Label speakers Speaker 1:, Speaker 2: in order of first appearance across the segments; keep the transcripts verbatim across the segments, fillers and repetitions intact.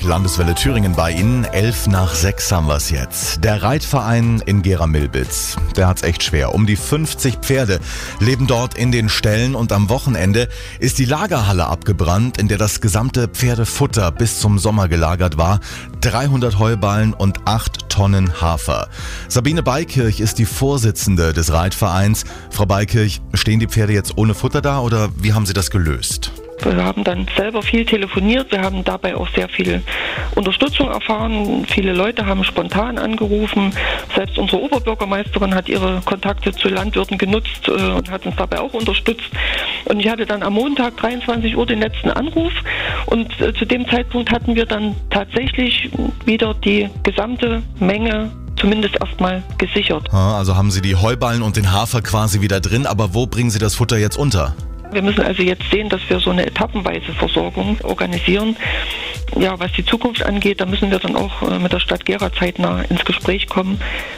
Speaker 1: Landeswelle Thüringen bei Ihnen. Elf nach sechs haben wir es jetzt. Der Reitverein in Gera-Milbitz, der hat's echt schwer. Um die fünfzig Pferde leben dort in den Ställen und am Wochenende ist die Lagerhalle abgebrannt, in der das gesamte Pferdefutter bis zum Sommer gelagert war. dreihundert Heuballen und acht Tonnen Hafer. Sabine Beikirch ist die Vorsitzende des Reitvereins. Frau Beikirch, stehen die Pferde jetzt ohne Futter da oder wie haben Sie das gelöst?
Speaker 2: Wir haben dann selber viel telefoniert, wir haben dabei auch sehr viel Unterstützung erfahren. Viele Leute haben spontan angerufen. Selbst unsere Oberbürgermeisterin hat ihre Kontakte zu Landwirten genutzt äh, und hat uns dabei auch unterstützt. Und ich hatte dann am Montag dreiundzwanzig Uhr den letzten Anruf und äh, zu dem Zeitpunkt hatten wir dann tatsächlich wieder die gesamte Menge zumindest erstmal gesichert.
Speaker 1: Also haben Sie die Heuballen und den Hafer quasi wieder drin, aber wo bringen Sie das Futter jetzt unter?
Speaker 2: Wir müssen also jetzt sehen, dass wir so eine etappenweise Versorgung organisieren. Ja, was die Zukunft angeht, da müssen wir dann auch mit der Stadt Gera zeitnah ins Gespräch kommen,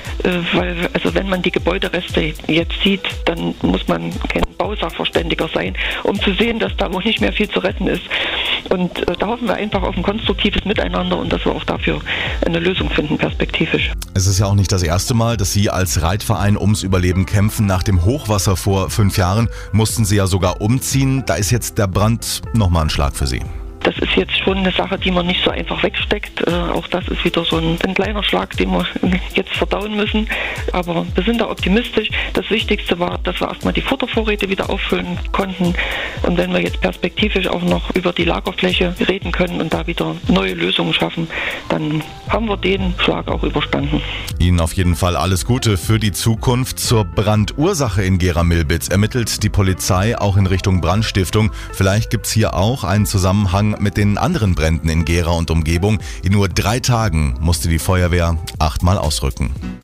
Speaker 2: weil also wenn man die Gebäudereste jetzt sieht, dann muss man kein Bausachverständiger sein, um zu sehen, dass da wohl nicht mehr viel zu retten ist. Und äh, da hoffen wir einfach auf ein konstruktives Miteinander und dass wir auch dafür eine Lösung finden, perspektivisch.
Speaker 1: Es ist ja auch nicht das erste Mal, dass Sie als Reitverein ums Überleben kämpfen. Nach dem Hochwasser vor fünf Jahren mussten Sie ja sogar umziehen. Da ist jetzt der Brand nochmal ein Schlag für Sie.
Speaker 2: Das ist jetzt schon eine Sache, die man nicht so einfach wegsteckt. Äh, auch das ist wieder so ein, ein kleiner Schlag, den wir jetzt verdauen müssen. Aber wir sind da optimistisch. Das Wichtigste war, dass wir erstmal die Futtervorräte wieder auffüllen konnten. Und wenn wir jetzt perspektivisch auch noch über die Lagerfläche reden können und da wieder neue Lösungen schaffen, dann haben wir den Schlag auch überstanden.
Speaker 1: Ihnen auf jeden Fall alles Gute für die Zukunft. Zur Brandursache in Gera-Milbitz ermittelt die Polizei auch in Richtung Brandstiftung. Vielleicht gibt es hier auch einen Zusammenhang mit den anderen Bränden in Gera und Umgebung. In nur drei Tagen musste die Feuerwehr achtmal ausrücken.